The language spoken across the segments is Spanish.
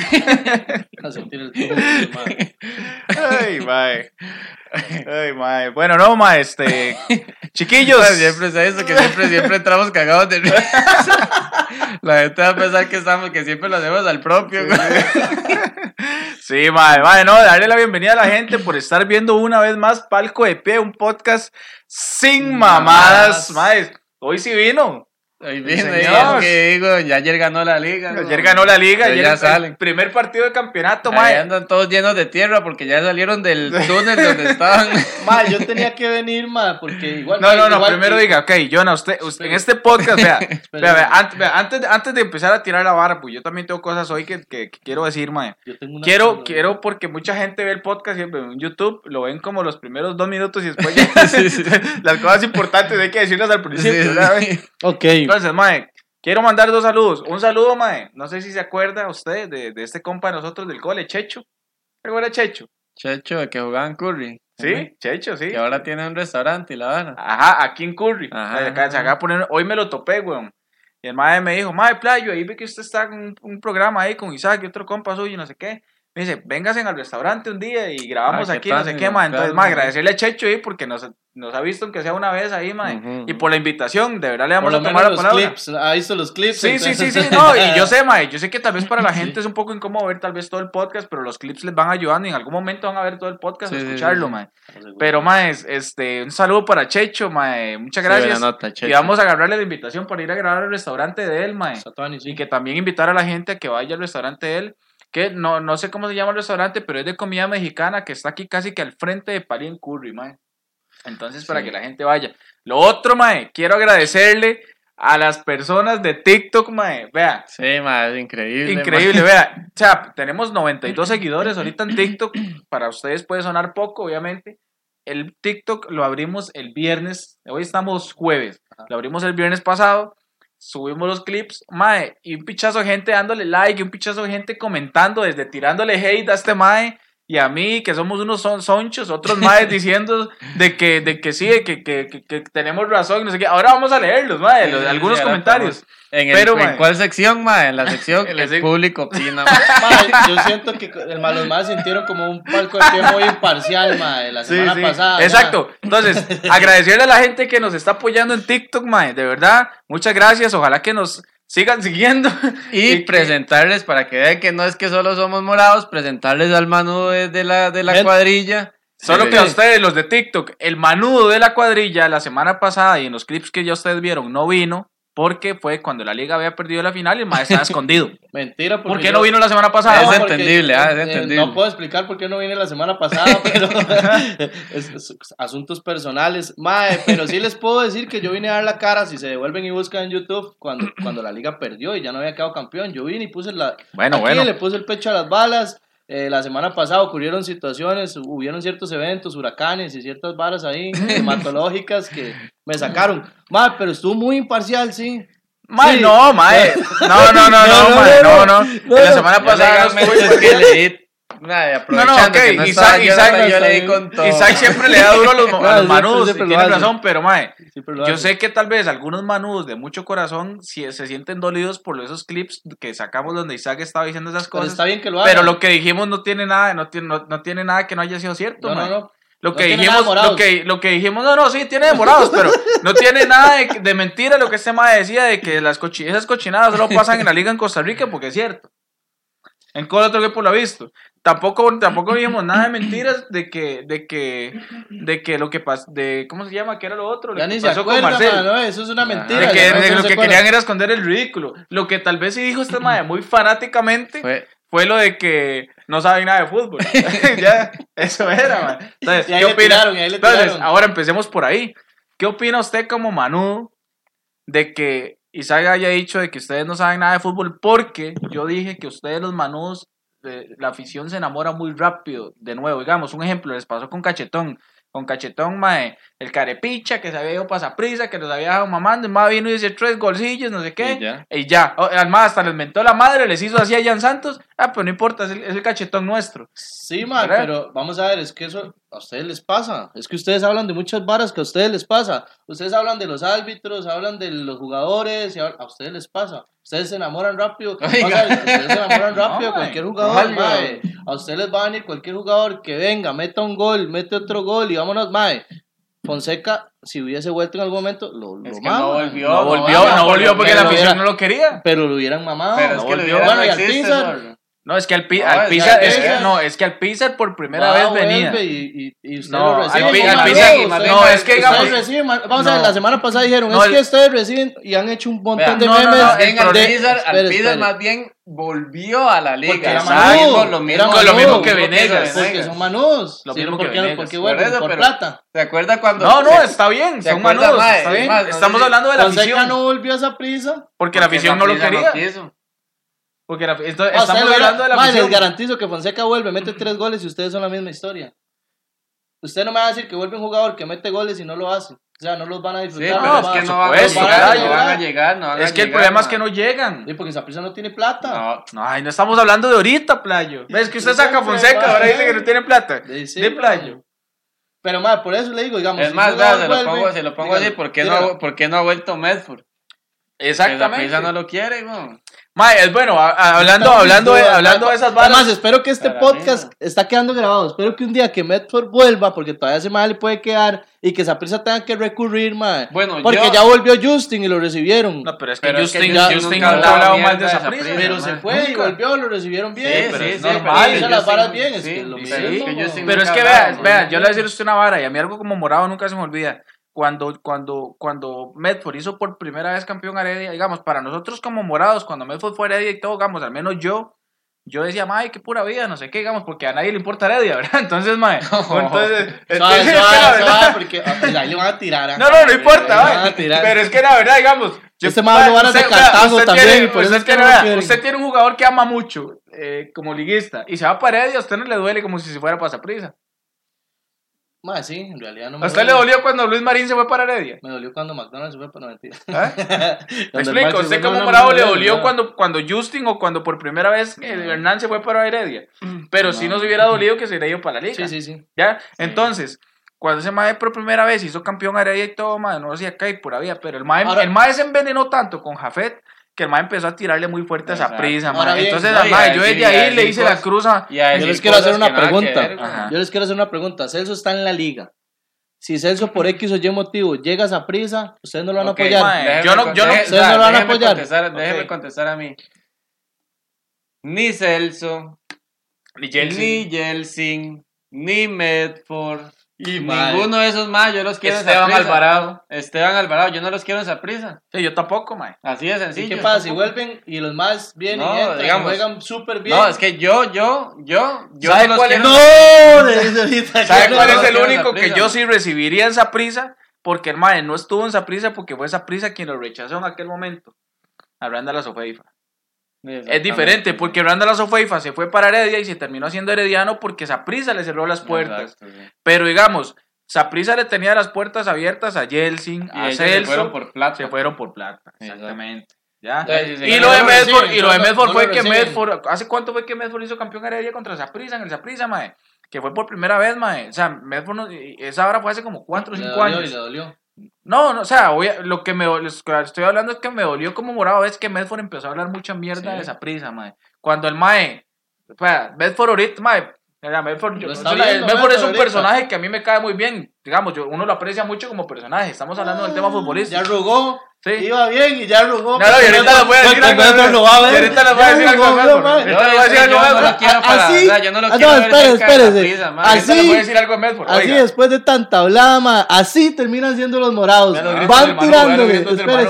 A sentir el pulso, mae. Ay, mae. Ay, mae. Bueno, no, mae, chiquillos. Siempre es eso, que siempre entramos cagados de risa. La gente va a pensar que siempre lo hacemos al propio. Sí, mae, no, darle la bienvenida a la gente por estar viendo una vez más Palco de Pie, un podcast sin mamadas, mae. Hoy sí vino. Hoy viene, es que digo, ya ayer ganó la liga. Ayer ganó la liga, ayer ya salen. Primer partido de campeonato, Ahí mae. andan todos llenos de tierra porque ya salieron del túnel donde estaban. Mae, yo tenía que venir, mae, porque igual... No, igual primero que... diga, ok, Jonah, usted en este podcast, vea, antes de empezar a tirar la vara, pues yo también tengo cosas hoy que quiero decir, mae. Quiero porque mucha gente ve el podcast siempre en YouTube, lo ven como los primeros 2 minutos y después ya las cosas importantes hay que decirlas al principio, ¿sabes? Ok. Entonces, mae, quiero mandar 2 saludos. Un saludo, mae, no sé si se acuerda usted de este compa de nosotros del cole, Checho. ¿Cómo era Checho? Checho, que jugaba en Curry. Sí, Checho, sí. Que ahora tiene un restaurante y la vara. Ajá, aquí en Curry. Ajá. Se acaba de poner, hoy me lo topé, weón. Y el mae me dijo, mae, Playo, ahí ve que usted está en un programa ahí con Isaac y otro compa suyo, no sé qué. Me dice, véngase al restaurante un día y grabamos aquí, no sé qué, mae. Entonces, mae, agradecerle a Checho ahí porque nos ha visto aunque sea una vez ahí, mae. Y por la invitación, de verdad le vamos a tomar la palabra. Clips, ha visto los clips. Sí, no, y yo sé, mae, yo sé que tal vez para la gente es un poco incómodo ver tal vez todo el podcast, pero los clips les van ayudando y en algún momento van a ver todo el podcast o escucharlo, mae. Pero, mae, un saludo para Checho, mae, muchas gracias. Nota, y vamos a agarrarle la invitación para ir a grabar al restaurante de él, mae. Sí. Y que también invitar a la gente a que vaya al restaurante de él, que no sé cómo se llama el restaurante, pero es de comida mexicana que está aquí casi que al frente de Pali en Curry, mae. Entonces, para que la gente vaya. Lo otro, mae, quiero agradecerle a las personas de TikTok, mae. Vea. Sí, mae, es increíble. Increíble, vea. O sea, tenemos 92 seguidores ahorita en TikTok. Para ustedes puede sonar poco, obviamente. El TikTok lo abrimos el viernes. Hoy estamos jueves. Lo abrimos el viernes pasado. Subimos los clips, mae, y un pichazo de gente dándole like, y un pichazo de gente comentando, desde tirándole hate a este mae y a mí, que somos unos sonchos, otros maes diciendo de que sí, de que tenemos razón, no sé qué. Ahora vamos a leerlos, mae, algunos comentarios. ¿En cuál sección, mae? En la sección el público opina, mae. Yo siento que los maes sintieron como un palco de pie muy imparcial, mae, la semana pasada. Exacto. Entonces, agradecerle a la gente que nos está apoyando en TikTok, mae, de verdad, muchas gracias, ojalá que nos sigan siguiendo y presentarles, para que vean que no es que solo somos morados, presentarles al manudo de la cuadrilla. Solo que a ustedes, los de TikTok, el manudo de la cuadrilla la semana pasada y en los clips que ya ustedes vieron no vino porque fue cuando la liga había perdido la final y el maestro estaba escondido. Mentira, ¿por qué no vino la semana pasada? Es entendible, es entendible. No puedo explicar por qué no vine la semana pasada, pero es asuntos personales. Mae, pero sí les puedo decir que yo vine a dar la cara, si se devuelven y buscan en YouTube, cuando la liga perdió y ya no había quedado campeón, yo vine y puse le puse el pecho a las balas. La semana pasada ocurrieron situaciones, hubieron ciertos eventos, huracanes y ciertas varas ahí climatológicas que me sacaron. Mae, pero estuvo muy imparcial, sí. Mae, sí. No. La semana pasada Isaac siempre le da duro a los manudos, y tiene razón, pero mae, yo sé que tal vez algunos manudos de mucho corazón se sienten dolidos por esos clips que sacamos donde Isaac estaba diciendo esas cosas. Pero está bien que lo haga. Pero lo que dijimos no tiene nada que no haya sido cierto, mae. No. Lo que dijimos, sí, tiene demorados, pero no tiene nada de mentira lo que este mae decía de que esas cochinadas solo pasan en la liga en Costa Rica, porque es cierto. En cuál otro equipo lo ha visto. Tampoco dijimos nada de mentiras de que lo que pasó, de ¿cómo se llama? ¿Qué era lo otro? Ya ni se acuerda, no, eso es una mentira. De que lo que querían era esconder el ridículo. Lo que tal vez sí dijo este mae muy fanáticamente fue lo de que no saben nada de fútbol. Ya, eso era, mae. Entonces, ¿qué opina? Entonces, ahora empecemos por ahí. ¿Qué opina usted como Manu de que Isaac haya dicho de que ustedes no saben nada de fútbol? Porque yo dije que ustedes los Manús, la afición se enamora muy rápido. De nuevo, digamos, un ejemplo, les pasó con Cachetón. Con Cachetón, mae, el carepicha que se había ido pasaprisa, que los había dejado mamando, el mae vino y dice 3 golcillos, no sé qué, y ya. Además, hasta les mentó la madre, les hizo así a Jan Santos, pues no importa, es el Cachetón nuestro. Sí, mae, pero vamos a ver, es que eso A ustedes les pasa. Es que ustedes hablan de muchas varas que a ustedes les pasa. Ustedes hablan de los árbitros, hablan de los jugadores, y a ustedes les pasa. Ustedes se enamoran rápido. Ustedes se enamoran rápido de cualquier jugador, mae. A ustedes les va a venir cualquier jugador que venga, meta un gol, mete otro gol y vámonos, mae. Fonseca, si hubiese vuelto en algún momento, lo mama. No volvió porque la afición no lo quería. Pero lo hubieran mamado. Pero es que lo hubieran bueno, y al Pizar. No, es que al Pizar por primera vez venía. Y usted lo recibe. Es que digamos. Vamos a ver, la semana pasada dijeron, es que ustedes reciben y han hecho un montón de memes. Al Pizar más bien volvió a la liga. Porque era lo mismo que Venegas. Porque son manudos. Lo mismo que Venegas. ¿Por qué vuelven? Por plata. ¿Te acuerdas cuando.? No, está bien. Son manudos. Está bien. Estamos hablando de la afición. Fonseca no volvió a esa prisa. Porque la afición no lo quería. Porque estamos hablando de la afición. Les garantizo que Fonseca vuelve, mete 3 goles y ustedes son la misma historia. Usted no me va a decir que vuelve un jugador que mete goles y no lo hace. O sea, no los van a disfrutar. Sí, pero es que no van a llegar. Es que el problema es que no llegan. Sí, porque Saprissa no tiene plata. No estamos hablando de ahorita, Playo. ¿Ves que usted saca a Fonseca, ahora dice que no tiene plata? De Playo. Pero, madre, por eso le digo, digamos. Es más, se lo pongo así, ¿por qué no ha vuelto Medford? Exactamente. Saprissa no lo quiere, ¿no? Es bueno, hablando de esas balas. Además, espero que este podcast está quedando grabado. Espero que un día que Medford vuelva, porque todavía ese mal le puede quedar, y que Saprissa tenga que recurrir, mae. Bueno, porque ya volvió Justin y lo recibieron. No, pero es que Justin nunca ha hablado mal de Saprissa. Pero se fue y volvió, lo recibieron bien. Sí, es normal. Hizo las varas bien, es que lo mismo. Pero es que vea, yo le voy a decir a usted una vara, y a mí algo como morado nunca se me olvida. Cuando Medford hizo por primera vez campeón a Heredia, digamos, para nosotros como morados, cuando Medford fue a Heredia y todo, digamos, al menos yo decía, mae, qué pura vida, no sé qué, digamos, porque a nadie le importa Heredia, ¿verdad? Entonces, mae, suave, porque ahí le van a tirar. No importa, mae, pero es que la verdad, digamos, este mae lo van a de Cartago también. Usted tiene un jugador que ama mucho, como liguista, y se va para Heredia, a usted no le duele como si se fuera para Saprissa. Sí, en realidad no me ¿A usted le dolió cuando Luis Marín se fue para Heredia? Me dolió cuando McDonald's se fue para mentira. Me explico, ¿usted como morado le dolió cuando Justin o cuando por primera vez Hernán se fue para Heredia? Pero si no se hubiera dolido que se hubiera ido para la liga. Sí. ¿Ya? Entonces, cuando ese mae por primera vez hizo campeón a Heredia y todo, mae, no hacía caer pura vida, pero el mae se envenenó tanto con Jafet que el mae empezó a tirarle muy fuerte a Saprissa, mae. Entonces, yo desde ahí le hice la cruz a... Yo les quiero hacer una pregunta. Celso está en la liga. Si Celso por X o Y motivo llega a Saprissa, ustedes no lo van a apoyar. Ustedes no lo van a apoyar. Déjeme contestar a mí. Ni Celso, ni Yeltsin, ni Medford, y ninguno de esos más, yo los quiero en Saprissa. Esteban Alvarado, yo no los quiero en Saprissa. Sí, yo tampoco, mae. Así de sencillo. ¿Y qué pasa? Si vuelven y los más vienen y entran, digamos, juegan súper bien. No, es que yo ¿sabe cuál es? ¿Sabe cuál es el único que yo sí recibiría en Saprissa? Porque el mae no estuvo en Saprissa porque fue Saprissa quien lo rechazó en aquel momento. A Randall Azofeifa. Es diferente, porque Randall Azofeifa se fue para Heredia y se terminó haciendo herediano porque Saprissa le cerró las puertas. Exacto, sí. Pero digamos, Saprissa le tenía las puertas abiertas a Yeltsin, a Celso. Se fueron por plata. Exactamente. ¿Ya? Y lo de Medford fue que Medford, ¿hace cuánto fue que Medford hizo campeón Heredia contra Saprissa en el Saprissa, mae? Que fue por primera vez, mae. O sea, Medford, esa hora fue hace como 4 o 5 años. Le dolió. No, o sea, lo que estoy hablando es que me dolió como morado, es que Medford empezó a hablar mucha mierda de Saprissa, mae. Cuando el mae, Medford ahorita, mae, Medford es un personaje que a mí me cae muy bien, digamos, uno lo aprecia mucho como personaje, estamos hablando del tema futbolístico. Ya rogó. Sí. Iba bien y ya rogó. No, y ahorita les voy a decir algo. Ahorita les voy a decir algo. Yo no lo quiero ver. Espérese. Así después de tanta hablada, así terminan siendo los morados. Van tirándole.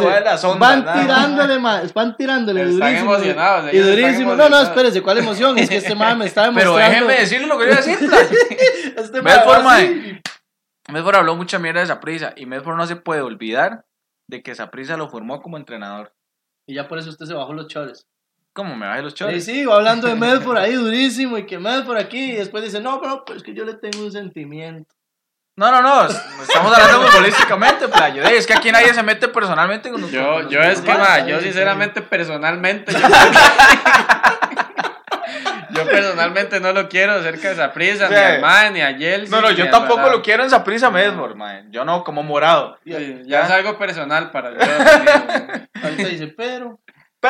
Van tirándole durísimo. Están emocionados. Y durísimo. No, espérese, ¿cuál emoción? Es que este mae me está demostrando. Pero déjenme decirle lo que yo iba a decir. Medford habló mucha mierda de Saprissa y Medford no se puede olvidar de que Saprissa lo formó como entrenador. Y ya por eso usted se bajó los chores. ¿Cómo me bajé los chores? Sí, va hablando de Medford ahí durísimo y que Medford aquí y después dice, no, pero pues es que yo le tengo un sentimiento. No, estamos hablando futbolísticamente, Playo. Es que aquí nadie se mete personalmente con nosotros. Yo sinceramente, personalmente, Yo personalmente no lo quiero cerca de Saprissa, ni a Man, ni a Yeltsin. No, yo tampoco lo quiero en Saprissa Medford, man. Yo no, como morado. Ya es algo personal para yo. Ahorita dice, pero,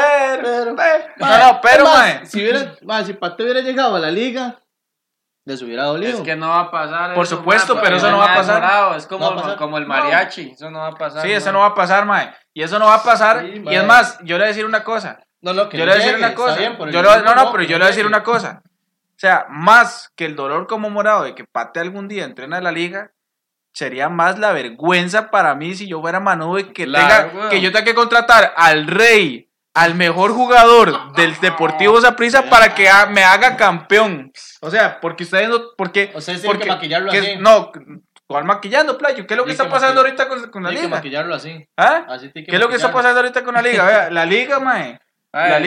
man. Si Pate hubiera llegado a la liga, les hubiera dolido. Es que no va a pasar. Por supuesto, pero eso no va a pasar. Es como el mariachi, eso no va a pasar. Sí, eso no va a pasar, man. Y eso no va a pasar. Sí, y es más, yo le voy a decir una cosa. Yo le voy a decir una cosa. Pero yo le voy a decir una cosa. O sea, más que el dolor como morado de que Pate algún día entrena a la liga, sería más la vergüenza para mí si yo fuera Manu y que yo tenga que contratar al rey, al mejor jugador del Deportivo Saprissa para que me haga campeón. O sea, porque ustedes no... Ustedes tienen que maquillarlo así. No, ¿cuál maquillando, Playo? ¿Qué es lo que está pasando ahorita con la liga? Tiene que maquillarlo así. ¿Ah? ¿Qué es lo que está pasando ahorita con la liga? Vea, la liga, mae. La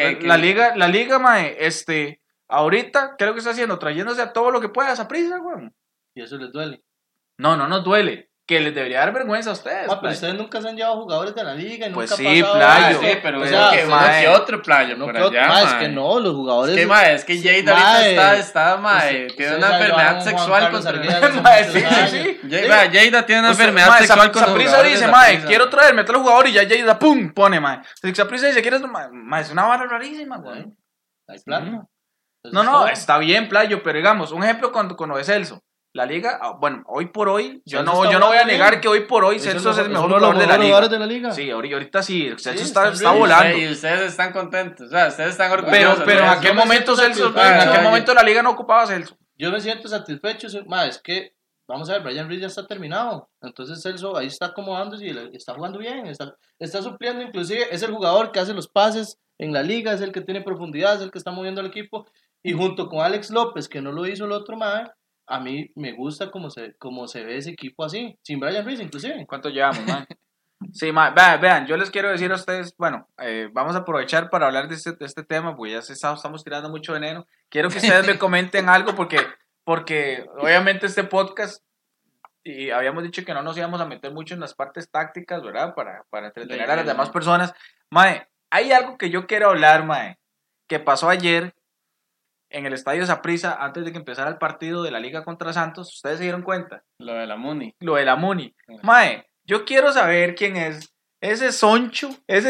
liga, mae, ahorita, ¿qué es lo que está haciendo? Trayéndose a todo lo que pueda a Saprissa, güey. ¿Y eso les duele? No nos duele. Que les debería dar vergüenza a ustedes. Pero ustedes nunca se han llevado jugadores de la liga y pues nunca sí, Playo. Sí, pero que otro Playo por allá, es que no, los jugadores... Es que Jade ahorita está tiene una enfermedad sexual con sí. Jada tiene una enfermedad sexual con Saprissa dice, quiero traerme a todos los jugadores y ya Jada, pum, pone, Saprissa dice, ¿quieres? Es una vara rarísima, güey. Hay plata. No, está bien, Playo, pero digamos, un ejemplo con lo de Celso. La liga, bueno, hoy por hoy, yo no voy a negar que hoy por hoy Celso es el mejor jugador de la liga. Sí, ahorita sí, Celso está volando. Y ustedes están contentos, o sea, ustedes están orgullosos. Pero ¿en aquel momento Celso, en aquel momento la liga no ocupaba a Celso? Yo me siento satisfecho, es que, vamos a ver, Brian Reed ya está terminado, entonces Celso ahí está acomodándose y está jugando bien, está supliendo, inclusive es el jugador que hace los pases en la liga, es el que tiene profundidad, es el que está moviendo el equipo, y junto con Alex López, que no lo hizo el otro, a mí me gusta cómo se ve ese equipo así, sin Brian Reese inclusive. ¿Cuánto llevamos, man? Sí, vean, yo les quiero decir a ustedes, bueno, vamos a aprovechar para hablar de este tema, porque ya estamos tirando mucho veneno. Quiero que ustedes me comenten algo, porque obviamente este podcast, y habíamos dicho que no nos íbamos a meter mucho en las partes tácticas, ¿verdad? Para entretener a las demás personas. Mae, hay algo que yo quiero hablar, mae, que pasó ayer en el estadio Saprissa, antes de que empezara el partido de la Liga contra Santos. ¿Ustedes se dieron cuenta? Lo de la Muni. Mae, yo quiero saber quién es ese Soncho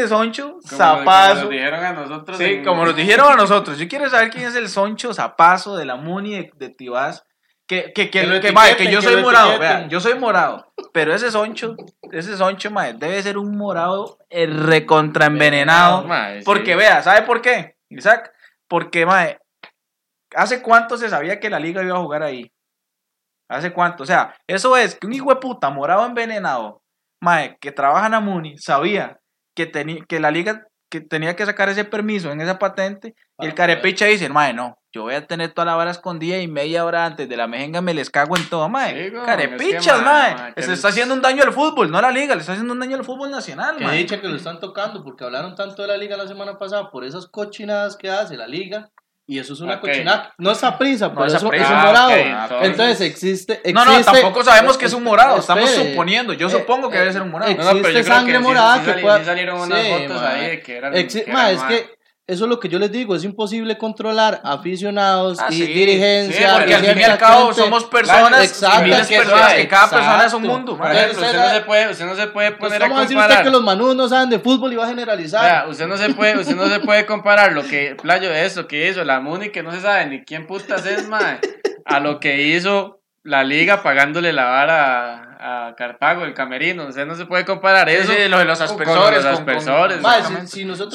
Como Zapazo. nos dijeron a nosotros. Sí, como nos dijeron a nosotros. Yo quiero saber quién es el Soncho Zapazo de la Muni de Tibás. Que yo soy morado, vean, yo soy morado, pero ese Soncho, mae, debe ser un morado recontraenvenenado. Porque vea, ¿sabe por qué, Isaac? Porque, mae, ¿hace cuánto se sabía que la liga iba a jugar ahí? ¿Hace cuánto? O sea, eso es que un hijo de puta morado envenenado, mae, que trabaja en Amuni, sabía que la liga que tenía que sacar ese permiso en esa patente, y el carepicha dice, mae, no, yo voy a tener toda la vara escondida y media hora antes de la mejenga me les cago en todo, mae. Sí, carepichas, mae. Se está haciendo un daño al fútbol, no a la liga, le está haciendo un daño al fútbol nacional, mae. Que dicha que lo están tocando, porque hablaron tanto de la liga la semana pasada por esas cochinadas que hace la liga. Y eso es una cochinada. No es Saprissa, pero eso es un morado. Entonces existe. No, tampoco sabemos que es un morado. Estamos suponiendo. Yo supongo que debe ser un morado. Existe sangre morada que pueda. Sí salieron unas fotos ahí de que eran. Es que eso es lo que yo les digo. Es imposible controlar aficionados y dirigencia. Porque al fin y al cabo somos personas. Y miles de personas que cada persona es un mundo. Por ejemplo, usted no se puede poner a comparar. ¿Cómo decir usted que los manús no saben de fútbol y va a generalizar? Usted no se puede comparar lo que Playo de eso que hizo la Muni, que no se sabe ni quién putas es, mae, a lo que hizo la liga pagándole la vara a Cartago, el camerino. Usted no se puede comparar eso. Sí, lo de los aspersores. Con los aspersores. Si nosotros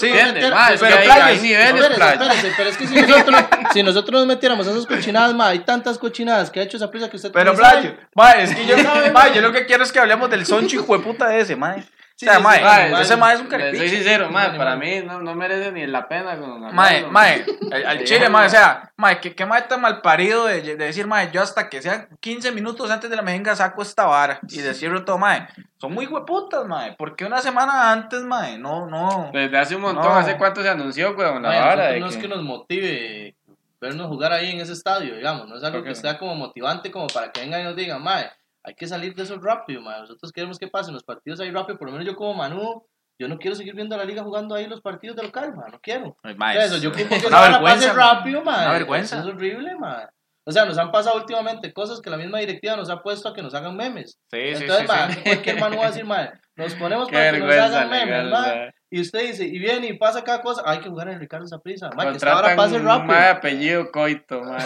hay niveles, espérese, pero es que si nosotros nos metiéramos a esas cochinadas, hay tantas cochinadas que ha hecho esa prisa que usted... Pero Playo, es que yo lo que quiero es que hablemos del Soncho hijo de puta de ese, mae. Sí, o sea, ese mae es un carepicho. Soy sincero, mae, para mí no merece ni la pena. Mae, al chile, mae, o sea, mae, que mae tan mal parido de decir, mae, yo hasta que sean 15 minutos antes de la mejenga saco esta vara y decirlo todo, mae. Son muy hueputas, mae, porque una semana antes, mae, no. Desde hace un montón, ¿hace cuánto se anunció, weón, la vara? No es que nos motive vernos jugar ahí en ese estadio, digamos, no es algo que sea como motivante como para que vengan y nos digan, mae, hay que salir de eso rápido, mae. Nosotros queremos que pasen los partidos ahí rápido. Por lo menos yo como Manu, yo no quiero seguir viendo a la liga jugando ahí los partidos de local, man, no quiero. Eso, yo creo que una pase rápido, man. Una vergüenza. Eso es horrible, man. O sea, nos han pasado últimamente cosas que la misma directiva nos ha puesto a que nos hagan memes. Entonces, man, cualquier man va a decir, man, nos ponemos para que nos hagan memes, man. Y usted dice, y viene y pasa cada cosa, hay que jugar en Ricardo Saprissa, man, que esta hora pase rápido. Más apellido Coito, man.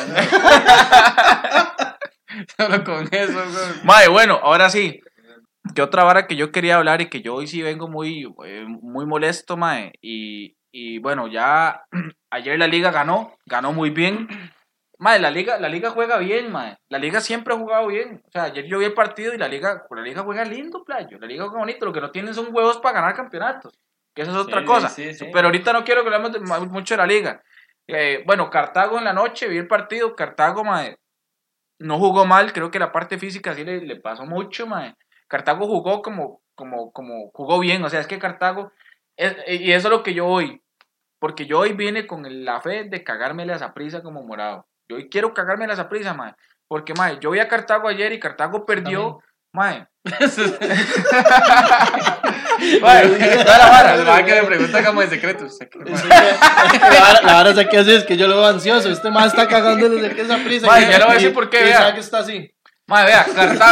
Solo con eso, güey. Mae, bueno, ahora sí. Que otra vara que yo quería hablar y que yo hoy sí vengo muy molesto, mae. Y bueno, ya ayer la liga ganó muy bien. Mae, la liga juega bien, mae. La liga siempre ha jugado bien. O sea, ayer yo vi el partido y la liga juega lindo, playo. La liga juega bonito. Lo que no tienen son huevos para ganar campeonatos. Que eso es otra cosa. Sí. Pero ahorita no quiero que hablemos mucho de la liga. Bueno, Cartago en la noche, vi el partido. Cartago, mae, no jugó mal. Creo que la parte física sí le pasó mucho, mae. Cartago jugó como jugó bien. O sea, es que Cartago... y eso es lo que yo hoy. Porque yo hoy vine con la fe de cagármele a Saprissa como morado. Yo hoy quiero cagarme a la Saprissa, mae. Porque, mae, yo vi a Cartago ayer y Cartago perdió, mae. La que me pregunta como de secretos. La verdad es que así es que yo lo veo ansioso. Este mae está cagándole de que Saprissa. Mae, ya lo voy a decir por qué, vea. Sabe que está así. Mae, vea,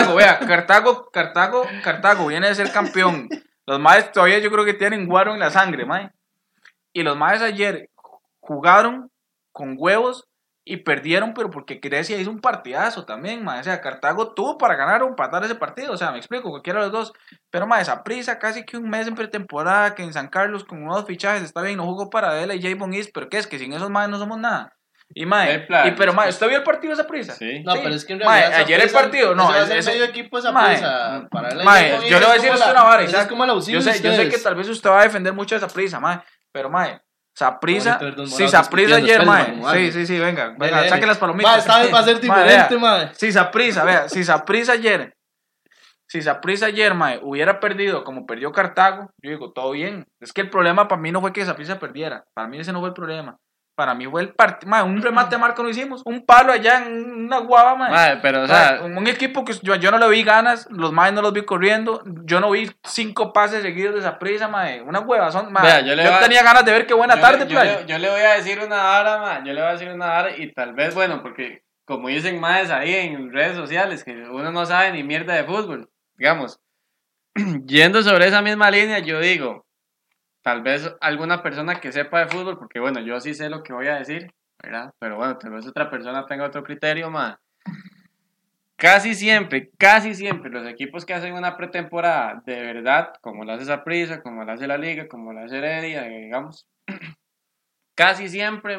Cartago viene de ser campeón. Los maes todavía yo creo que tienen guaro en la sangre, mae. Y los maes ayer jugaron con huevos y perdieron, pero porque Grecia hizo un partidazo también, mae. O sea, Cartago tuvo para ganar o empatar ese partido. O sea, me explico, cualquiera de los dos. Pero, mae, Saprissa casi que un mes en pretemporada, que en San Carlos con nuevos fichajes está bien, no jugó para Adela y Javon East, pero ¿qué es? Que sin esos maes no somos nada. Y, mae, pero, mae, ¿usted vio el partido de Saprissa? Sí. No, pero es que en realidad mae, ayer el partido, no, ese medio equipo de Saprissa. Mae, yo le voy a decir esto una vara. Es como la yo sé que tal vez usted va a defender mucho de Saprissa, mae, pero, mae, Saprissa, sí, Saprissa ayer, mae. Sí, venga, saque las palomitas. Mae, esta vez va a ser diferente, mae. Sí, Saprissa, vea, si Saprissa ayer, mae, hubiera perdido como perdió Cartago, yo digo, todo bien. Es que el problema para mí no fue que Saprissa perdiera, para mí ese no fue el problema. Para mí fue el partido, un remate a marco no hicimos, un palo allá en una guava, mae. Pero, o sea, un equipo que yo no le vi ganas, los maes no los vi corriendo, yo no vi 5 pases seguidos de Saprissa, mae, una hueva, yo tenía ganas de ver qué buena tarde, playa. Yo le voy a decir una vara, mae, y tal vez, bueno, porque como dicen maes ahí en redes sociales, que uno no sabe ni mierda de fútbol, digamos, yendo sobre esa misma línea, yo digo, tal vez alguna persona que sepa de fútbol, porque bueno, yo sí sé lo que voy a decir, ¿verdad? Pero bueno, tal vez otra persona tenga otro criterio, más. Casi siempre los equipos que hacen una pretemporada de verdad, como la hace Saprissa, como la hace la Liga, como la hace Heredia, digamos, casi siempre,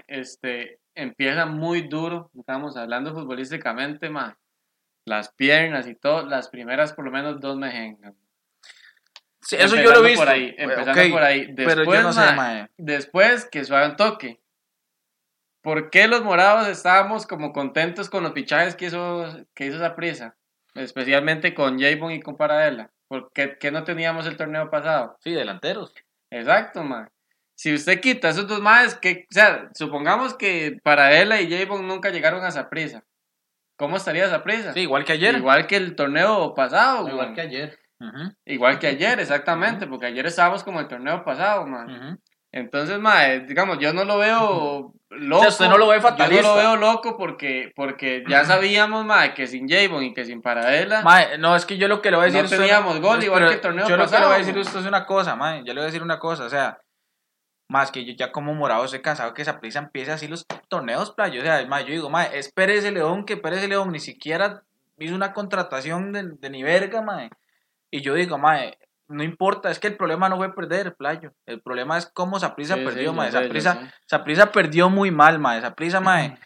empieza muy duro, estamos hablando futbolísticamente, las piernas y todo, las primeras por lo menos 2 mejengas. Sí, eso yo lo he visto. Empezando por ahí. Después, pero yo no sé, mae. Después que suave un toque. ¿Por qué los morados estábamos como contentos con los fichajes que hizo Saprissa? Especialmente con Javon y con Paradela. ¿Por qué no teníamos el torneo pasado? Sí, delanteros. Exacto, mae. Si usted quita esos dos maes, o sea, supongamos que Paradela y Javon nunca llegaron a Saprissa. ¿Cómo estaría Saprissa? Sí, igual que ayer. Igual que el torneo pasado. Igual que ayer. Uh-huh. Igual que ayer, exactamente, porque ayer estábamos como el torneo pasado, man. Uh-huh. Entonces, digamos, yo no lo veo loco. O sea, usted no lo ve fatalista. Yo no lo veo loco porque ya sabíamos, que sin Javon y que sin Paradela. No, es que yo lo que le voy a decir... No teníamos gol, igual que el torneo pasado. Yo lo que le voy a decir a usted es una cosa, yo le voy a decir una cosa, o sea, más que yo ya como morado estoy cansado que Saprissa empiece así los torneos, playo. O sea, yo digo, es Pérez León, ni siquiera hizo una contratación de ni verga, Y yo digo, no importa, es que el problema no fue perder, playo. El problema es cómo Saprissa perdió, Saprissa perdió muy mal, Saprissa,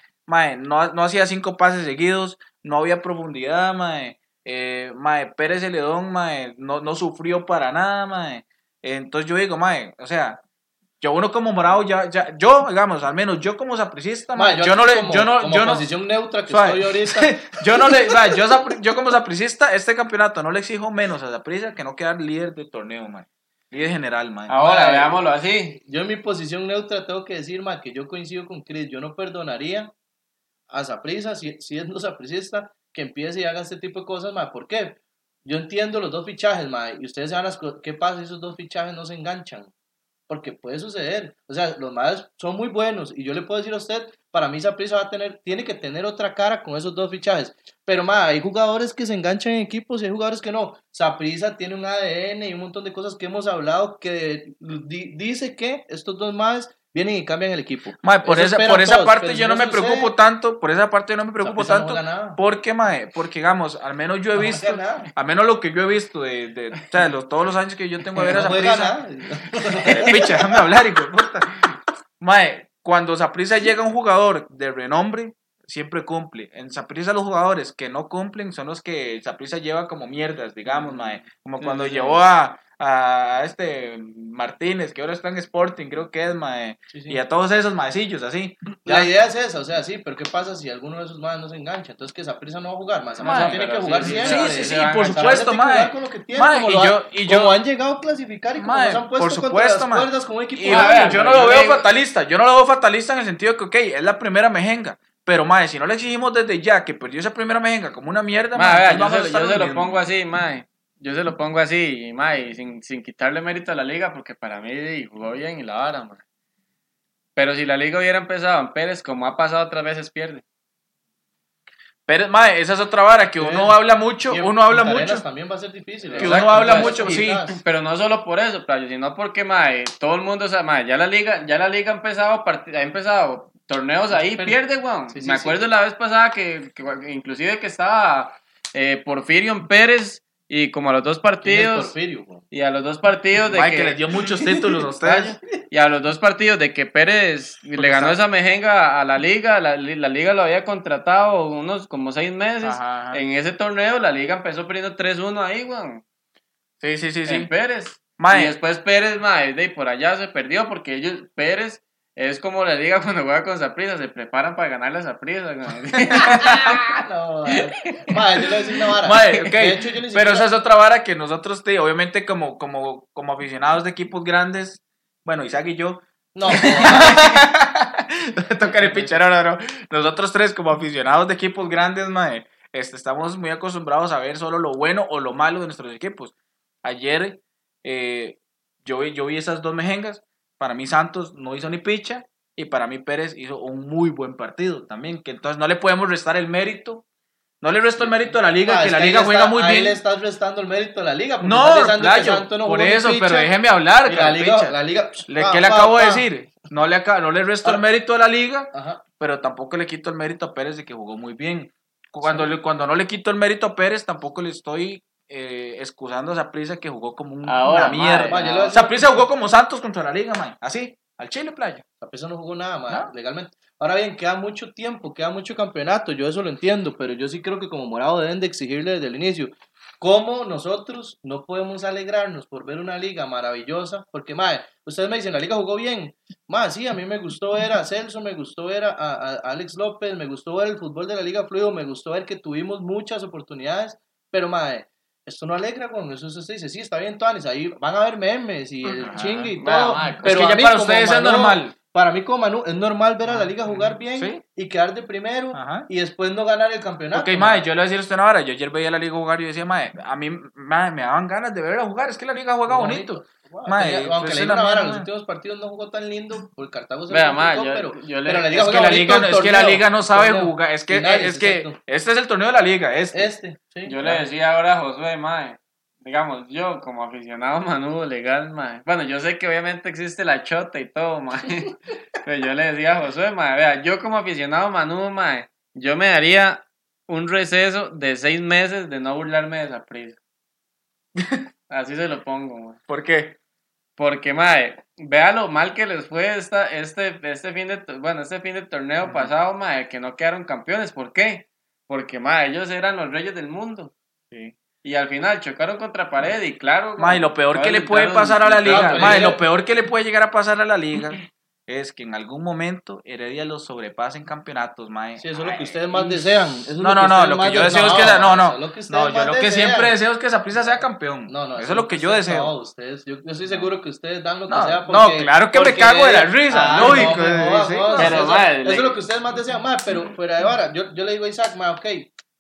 no hacía 5 pases seguidos, no había profundidad, Pérez Celedón, no sufrió para nada, Entonces yo digo, o sea, yo uno como morado yo, digamos, al menos yo como sapricista, como posición neutra que estoy ahorita. yo como sapricista, este campeonato no le exijo menos a Saprissa que no quedar líder del torneo, líder general, Ahora, veámoslo así. Yo en mi posición neutra tengo que decir, que yo coincido con Chris, yo no perdonaría a Saprissa, siendo sapricista, que empiece y haga este tipo de cosas, ¿por qué? yo entiendo los 2 fichajes, mae, y ustedes se van a... ¿Qué pasa si esos 2 fichajes no se enganchan? Porque puede suceder. O sea, los maes son muy buenos. Y yo le puedo decir a usted, para mí Saprissa tiene que tener otra cara con esos 2 fichajes. Pero mae, hay jugadores que se enganchan en equipos y hay jugadores que no. Saprissa tiene un ADN y un montón de cosas que hemos hablado que dice que estos 2 maes vienen y cambian el equipo. Mae, por esa parte yo no me preocupo tanto. Por esa parte yo no me preocupo tanto. Porque, mae, porque digamos, al menos yo he visto, al menos lo que yo he visto o sea, todos los años que yo tengo de ver a Saprissa. Picha, déjame hablar, hijo de puta. Mae, cuando Saprissa llega un jugador de renombre, siempre cumple. En Saprissa los jugadores que no cumplen son los que Saprissa lleva como mierdas, digamos, mae. Como cuando llevó a Martínez, que ahora está en Sporting, creo que es, mae. Y a todos esos maecillos, así. La idea es esa, o sea, sí, pero ¿qué pasa si alguno de esos maes no se engancha? Entonces que Saprissa no va a jugar, mae. Saprissa tiene que jugar siempre. Sí, por supuesto, mae. Como han llegado a clasificar y como se han puesto contra las cuerdas con un equipo. Yo no lo veo fatalista en el sentido que, ok, es la primera mejenga. Pero, mae, si no le exigimos desde ya que perdió esa primera mejenga como una mierda, mae, yo se lo pongo así, mae. Yo se lo pongo así, mae, sin quitarle mérito a la liga, porque para mí jugó bien y la vara, mae. Pero si la liga hubiera empezado en Pérez, como ha pasado otras veces, pierde. Pérez, mae, esa es otra vara, que uno habla mucho, también va a ser difícil. Que uno habla mucho, sí. Pero no solo por eso, playo, sino porque, mae, todo el mundo, o sea, mae, ya la liga ha empezado torneos ahí, pierde, weón. Me acuerdo la vez pasada que inclusive que estaba Porfirio en Pérez. Y como a los 2 partidos. Y a los 2 partidos de que les dio muchos títulos a ustedes. Y a los 2 partidos de que Pérez le ganó esa mejenga a la liga. La liga lo había contratado unos como 6 meses. Ajá. En ese torneo la liga empezó perdiendo 3-1 ahí, weón. Sí. En Pérez. Mae. Y después Pérez, mae, de por allá se perdió porque Pérez. Es como la liga cuando juega con Saprissa, se preparan para ganar la Saprissa. No, madre, yo le voy a decir una vara. Madre, okay. De hecho, pero esa es otra vara que nosotros, obviamente, como aficionados de equipos grandes, bueno, Isaac y yo. No. Tocar el pichar ahora, no. Nosotros 3, como aficionados de equipos grandes, madre, estamos muy acostumbrados a ver solo lo bueno o lo malo de nuestros equipos. Ayer, yo vi esas 2 mejengas. Para mí Santos no hizo ni picha y para mí Pérez hizo un muy buen partido también, que entonces no le podemos restar el mérito. No le resto el mérito a la liga, que la liga juega muy bien. Ahí le estás restando el mérito a la liga. No, playo, por eso, pero déjeme hablar. La liga ¿qué le acabo de decir? No le resto el mérito a la liga, pero tampoco le quito el mérito a Pérez de que jugó muy bien. Cuando no le quito el mérito a Pérez, tampoco le estoy excusando a Saprissa que jugó como una mierda. Saprissa jugó como Santos contra la liga, man. Así, al Chile, playa. Saprissa no jugó nada, man, legalmente. Ahora bien, queda mucho tiempo, queda mucho campeonato, yo eso lo entiendo, pero yo sí creo que como Morado deben de exigirle desde el inicio. ¿Cómo nosotros no podemos alegrarnos por ver una liga maravillosa? Porque, madre, ustedes me dicen, la liga jugó bien. Madre, sí, a mí me gustó ver a Celso, me gustó ver a Alex López, me gustó ver el fútbol de la liga fluido, me gustó ver que tuvimos muchas oportunidades, pero, madre, esto no alegra, con eso se dice, sí, está bien, Tuanis, ahí van a haber memes y el chingue y todo. Pero es que ya para ustedes es normal. Para mí como Manu es normal ver a la liga jugar bien y quedar de primero y después no ganar el campeonato. Ok, mae, yo le voy a decir a usted una hora, yo ayer veía a la liga jugar y decía, mae, a mí me daban ganas de verla jugar, es que la liga juega bonito. Mae, aunque la liga los últimos partidos no jugó tan lindo, por Cartago se pero la liga es que la liga no sabe jugar, es que este es el torneo de la liga, yo le decía ahora a Josué, mae, digamos, yo como aficionado manudo legal, mae. Bueno, yo sé que obviamente existe la chota y todo, mae. Pero yo le decía a Josué, mae, vea, yo como aficionado manudo, mae, yo me daría un receso de 6 meses de no burlarme de Saprissa. Así se lo pongo, mae. ¿Por qué? Porque, mae, vea lo mal que les fue este fin de torneo pasado, mae, que no quedaron campeones. ¿Por qué? Porque, mae, ellos eran los reyes del mundo. Sí. Y al final chocaron contra pared y claro... Mae, lo peor que le puede pasar a la liga, mae, lo peor que le puede llegar a pasar a la liga es que en algún momento Heredia los sobrepase en campeonatos, mae. Sí, eso es lo que ustedes más desean. No, lo que yo deseo es que... yo lo que siempre deseo es que Saprissa sea campeón. Eso es lo que yo deseo. No, ustedes, yo estoy seguro que ustedes dan lo que sea porque... No, claro que me cago de la risa, lógico. Eso es lo que ustedes más desean, mae, pero fuera de vara, yo le digo a Isaac, mae, ok,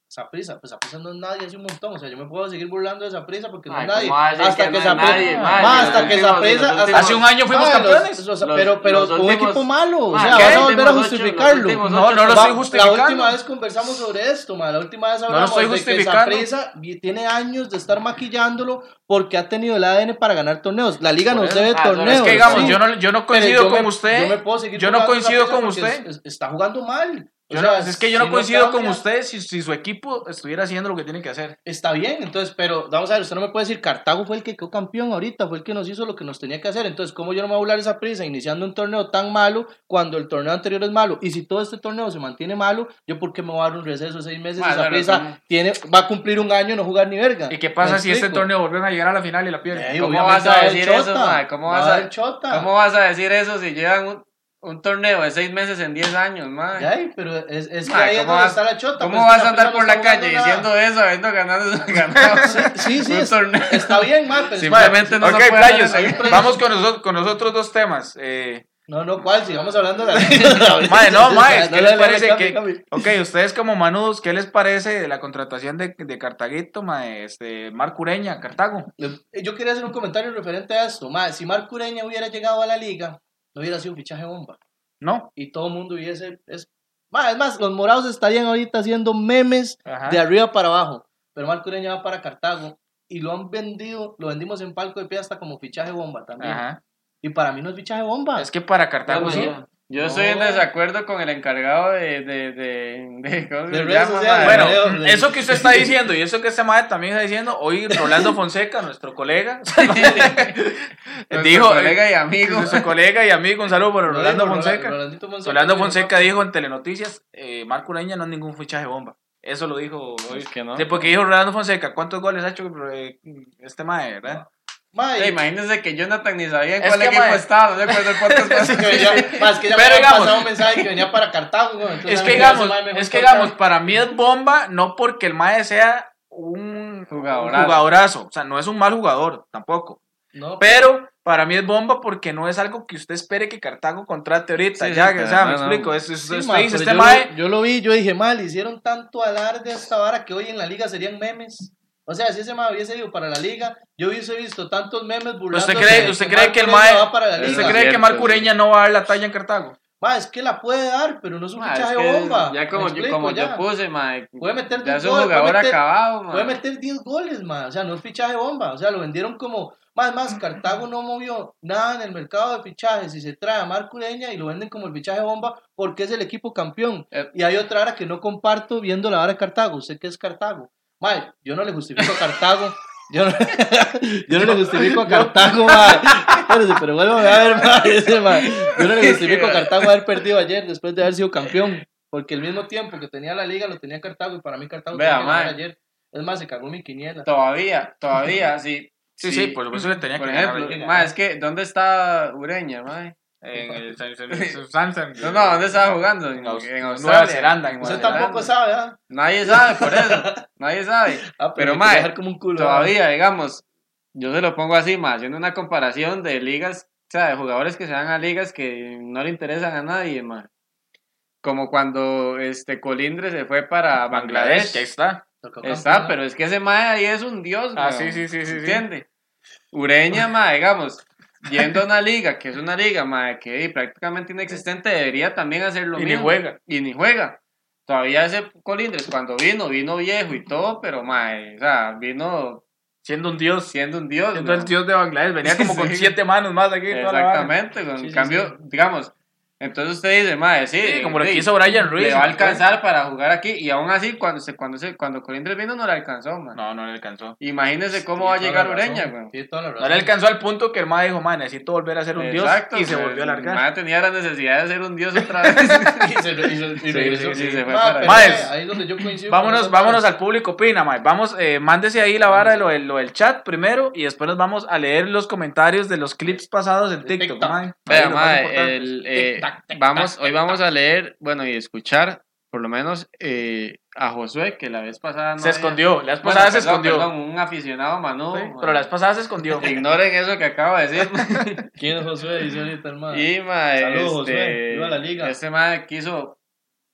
Saprissa no es nadie hace un montón, o sea, yo me puedo seguir burlando de Saprissa porque no es nadie, hasta que Saprissa, hace un año fuimos campeones, pero con un equipo malo, o sea, vas a volver a justificarlo. No lo estoy justificando. La última vez conversamos sobre esto, la última vez hablamos de que Saprissa tiene años de estar maquillándolo porque ha tenido el ADN para ganar torneos. La liga nos debe torneos. Es que digamos, yo no coincido con usted. Yo no coincido con usted. Está jugando mal. Es que yo no coincido con usted si su equipo estuviera haciendo lo que tiene que hacer. Está bien, entonces, pero vamos a ver, usted no me puede decir Cartago fue el que quedó campeón ahorita, fue el que nos hizo lo que nos tenía que hacer. Entonces, ¿cómo yo no me voy a burlar esa prisa iniciando un torneo tan malo cuando el torneo anterior es malo? Y si todo este torneo se mantiene malo, ¿yo por qué me voy a dar un receso de 6 meses? Esa prisa va a cumplir un año y no jugar ni verga. ¿Y qué pasa si este torneo vuelven a llegar a la final y la pierden? ¿Cómo vas a decir eso, man? ¿Cómo vas a decir eso si llevan un torneo de 6 meses en 10 años, madre? Ay, pero es que ahí es donde está la chota. ¿Cómo vas a andar por la calle diciendo eso, habiendo ganado? Sí, está bien, madre, pero simplemente no se puede. Vamos con nosotros 2 temas. No, ¿cuál? Sigamos hablando de la madre, ¿qué les parece que... Ok, ustedes como manudos, ¿qué les parece de la contratación de Cartaguito, Marco Ureña, Cartago? Yo quería hacer un comentario referente a esto, madre. Si Marco Ureña hubiera llegado a la liga, no hubiera sido un fichaje bomba. No. Y todo el mundo hubiese... Es más, los morados estarían ahorita haciendo memes de arriba para abajo. Pero Marco Ureña va para Cartago y lo vendimos en palco de pie hasta como fichaje bomba también. Ajá. Y para mí no es fichaje bomba. Es que para Cartago sí. Yo estoy en desacuerdo con el encargado de redes sociales. Bueno, eso que usted está diciendo y eso que este madre también está diciendo, hoy Rolando Fonseca, nuestro colega, dijo, colega y amigo. Nuestro colega y amigo, un saludo para Rolando Fonseca. Rolando Fonseca dijo en Telenoticias, Marco Ureña no es ningún fichaje bomba. Eso lo dijo hoy. Es que no. Sí, porque dijo Rolando Fonseca, ¿cuántos goles ha hecho este madre, verdad? Imagínense que Jonathan ni sabía en cuál equipo estaba, no se acuerda el podcast que ya me había pasado un mensaje que venía para Cartago, ¿no? Es que digamos, para mí es bomba, no porque el mae sea un jugadorazo, o sea, no es un mal jugador, tampoco, pero para mí es bomba porque no es algo que usted espere que Cartago contrate ahorita, me explico, yo lo vi, yo dije, le hicieron tanto alarde a esta vara que hoy en la liga serían memes. O sea, si ese mae hubiese ido para la liga, yo hubiese visto tantos memes burlando. ¿Usted cree que el mae va para la liga? ¿Usted cree que Marco Ureña no va a dar la talla en Cartago? Es que la puede dar, pero no es un fichaje bomba. Ya como yo puse, puede meter 10 goles. Jugador acabado, puede meter 10 goles, o sea, no es fichaje bomba. O sea, lo vendieron como... Más, Cartago no movió nada en el mercado de fichajes y se trae a Marco Ureña y lo venden como el fichaje bomba porque es el equipo campeón. Y hay otra hora que no comparto viendo la vara de Cartago. ¿Usted qué es Cartago? Yo no le justifico a Cartago. Yo no le justifico a Cartago, pero vuelvo a ver, yo no le justifico a Cartago haber perdido ayer después de haber sido campeón. Porque el mismo tiempo que tenía la liga lo tenía Cartago y para mí Cartago tenía que ganar ayer. Es más, se cagó mi quiniela. Todavía, sí. Sí, por supuesto le tenía que ganar. Por ejemplo, es que, ¿dónde está Ureña, En el Samsung. No, ¿dónde estaba jugando? En Australia. Nueva Zelanda. Usted tampoco sabe, ¿ah? Nadie sabe, por eso. Nadie sabe. Pero como un culo, todavía, digamos, yo se lo pongo así, haciendo una comparación de ligas, o sea, de jugadores que se van a ligas que no le interesan a nadie, como cuando Colindres se fue para Bangladesh. Que está. Pero es que ese mae ahí es un dios, sí. ¿Entiende? Ureña, digamos, yendo a una liga, que es una liga, que prácticamente inexistente, debería también hacer lo mismo. Y ni juega. Todavía ese Colindres, cuando vino viejo y todo, pero, vino... Siendo un dios. Siendo el dios de Bangladesh. Venía como con 7 manos más aquí. Exactamente. En cambio, digamos... Entonces usted dice, sí, como lo que hizo Brian Ruiz. Le va a alcanzar para jugar aquí. Y aún así, cuando Colindres vino, no le alcanzó, No le alcanzó. Imagínese cómo va a llegar Ureña, güey. No le alcanzó al punto que el mae dijo, necesito volver a ser un dios. Y se volvió a largar. El mae tenía la necesidad de ser un dios otra vez. y regresó. Se fue para ahí es donde yo coincido. Vámonos al público opina, mae. Vamos, mándese ahí la vara de lo del chat primero. Y después nos vamos a leer los comentarios de los clips pasados en TikTok, mae. Vea, hoy vamos a leer, y escuchar, por lo menos, a Josué, que la vez pasada no se escondió, la vez pasada se escondió. Perdón, un aficionado Manu. Sí, pero la vez pasada se escondió. Ignoren eso que acabo de decir. ¿Quién es Josué? Dice ahorita el mae. Y saludos, Josué, viva la liga. Este mae quiso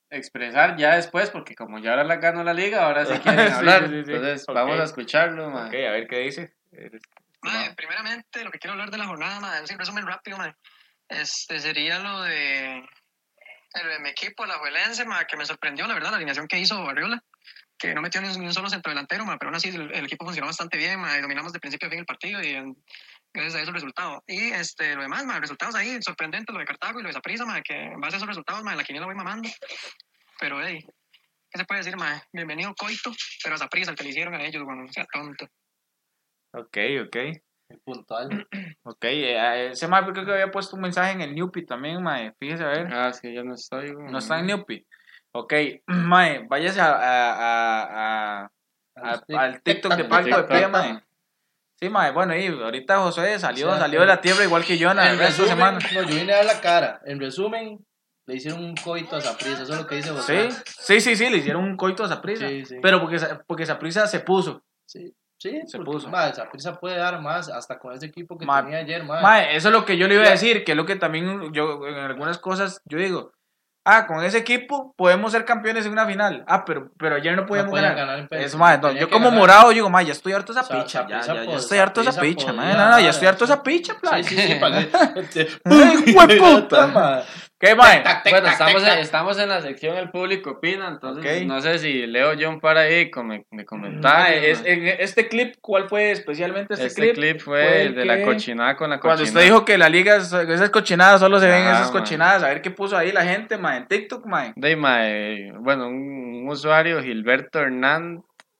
expresar ya después, porque como ya ahora la ganó la liga, ahora sí quieren hablar. Entonces, vamos a escucharlo, man. Ok, a ver qué dice. Primeramente, lo que quiero hablar de la jornada, man, es un resumen rápido, man. Sería lo de mi equipo, la Juelense, que me sorprendió, la verdad, la alineación que hizo Arriola, que no metió ni un solo centrodelantero, pero aún así el equipo funcionó bastante bien, dominamos de principio a fin el partido y gracias a eso el resultado. Y lo demás, resultados ahí sorprendentes, lo de Cartago y lo de Saprissa, que en base a esos resultados, la quiniela voy mamando. Pero, ¿qué se puede decir, bienvenido Coito, pero a Saprissa, el que le hicieron a ellos, bueno, sea tonto. Ok. Muy puntual. Ok, ese mae creo que había puesto un mensaje en el Newpi también, mae. Fíjese a ver. Ah, sí, yo no estoy. No está en Newpi. Ok, mae, váyase al TikTok de Palco de Pie, mae. Sí, mae, bueno, y ahorita José salió de la tierra igual que yo esta semana. No, yo vine a dar la cara. En resumen, le hicieron un coito a Saprissa, eso es lo que dice José. Sí, le hicieron un coito a Saprissa. Sí. Pero porque Saprissa se puso. Sí, se puso. Saprissa puede dar más hasta con ese equipo que tenía ayer, eso es lo que yo le iba a decir, que es lo que también yo en algunas cosas yo digo, con ese equipo podemos ser campeones en una final. Pero ayer no podíamos ganar. Eso, yo como morado digo, ya estoy harto de esa picha, ya estoy harto de esa picha, ya estoy harto de esa picha, plan. Sí, para que ¡Hueputa! ¿Qué, mae? Bueno, estamos en la sección El Público Opina, entonces no sé si Leo John para ahí de comentarios. Este clip, ¿cuál fue especialmente clip? Este clip fue el de la cochinada con la cochinada. Cuando usted dijo que la liga, esas cochinadas, solo se ven esas cochinadas. A ver qué puso ahí la gente, mae, en TikTok, mae. Bueno, un usuario, Gilberto Hernán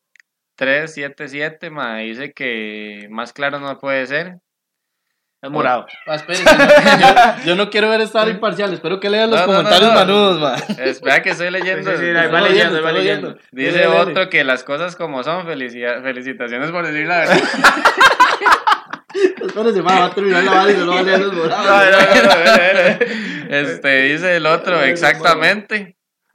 377, mae, dice que más claro no puede ser. Es morado. Yo no quiero ver estar imparcial. Espero que lean los comentarios manudos, man. Espera que estoy leyendo. Sí, va leyendo. Dice otro que las cosas como son. Felicitaciones por decir la verdad. Espérese, va a terminar la bala y se lo va a leer los morados. Dice el otro, exactamente.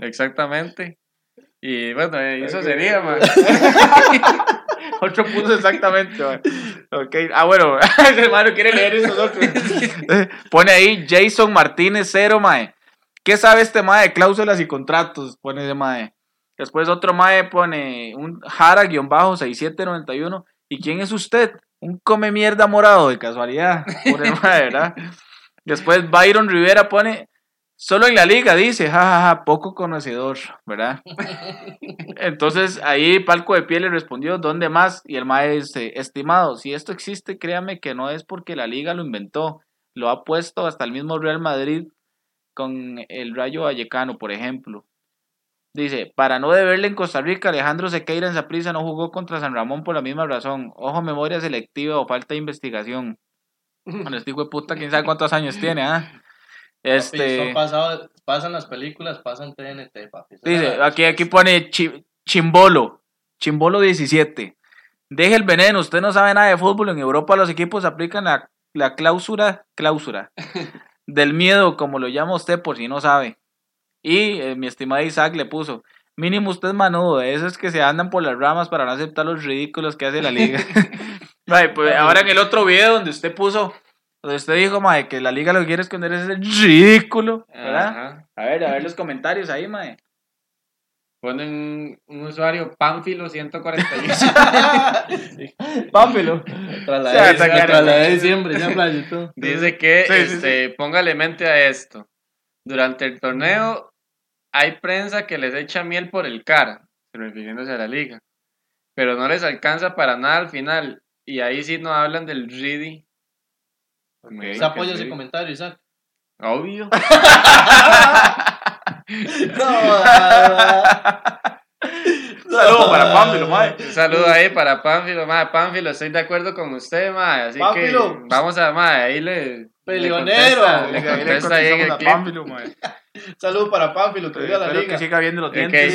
Y bueno, eso sería, man. Otro punto exactamente, man. Okay. Bueno, ese hermano quiere leer esos otros. Pone ahí Jason Martínez 0, mae. ¿Qué sabe este mae de cláusulas y contratos? Pone ese mae. Después otro mae pone un Jara-6791. ¿Y quién es usted? Un come mierda morado de casualidad. Pone el mae, ¿verdad? Después Byron Rivera pone solo en la liga, dice, jajaja, poco conocedor, ¿verdad? Entonces ahí Palco de Pie le respondió, ¿dónde más? Y el mae dice, estimado, si esto existe, créame que no es porque la liga lo inventó, lo ha puesto hasta el mismo Real Madrid con el Rayo Vallecano, por ejemplo. Dice, para no deberle en Costa Rica, Alejandro Sequeira en Saprissa no jugó contra San Ramón por la misma razón. Ojo, memoria selectiva o falta de investigación. Bueno, este hijo de puta, quién sabe cuántos años tiene, Pasan las películas, pasan TNT, papi. Dice, aquí pone Chimbolo 17. Deje el veneno, usted no sabe nada de fútbol. En Europa los equipos aplican la cláusula del miedo, como lo llama usted, por si no sabe. Y mi estimado Isaac le puso, mínimo usted es manudo, de esos que se andan por las ramas para no aceptar los ridículos que hace la liga. Pues ahora en el otro video donde usted puso, donde usted dijo, mae, que la liga lo que quiere esconder es el ridículo, ¿verdad? Ajá. A ver los comentarios ahí, mae. Ponen un usuario Pánfilo 148. Pánfilo. Tras la de diciembre, ya playa y todo. Dice que póngale mente a esto. Durante el torneo hay prensa que les echa miel por el cara, refiriéndose a la liga, pero no les alcanza para nada al final, y ahí sí no hablan del Ridi. ¿Se apoya ese comentario, Isaac? Obvio. Saludo para Pánfilo, mae. Un saludo ahí para Pánfilo, mae. Pánfilo, estoy de acuerdo con usted, mae. Así Pánfilo. Que vamos a, mae, ahí le... Peleonero. Le contesta ahí en el clip. Pánfilo, mae. Saludo para Pánfilo, que viva la liga. Que siga viendo los dientes.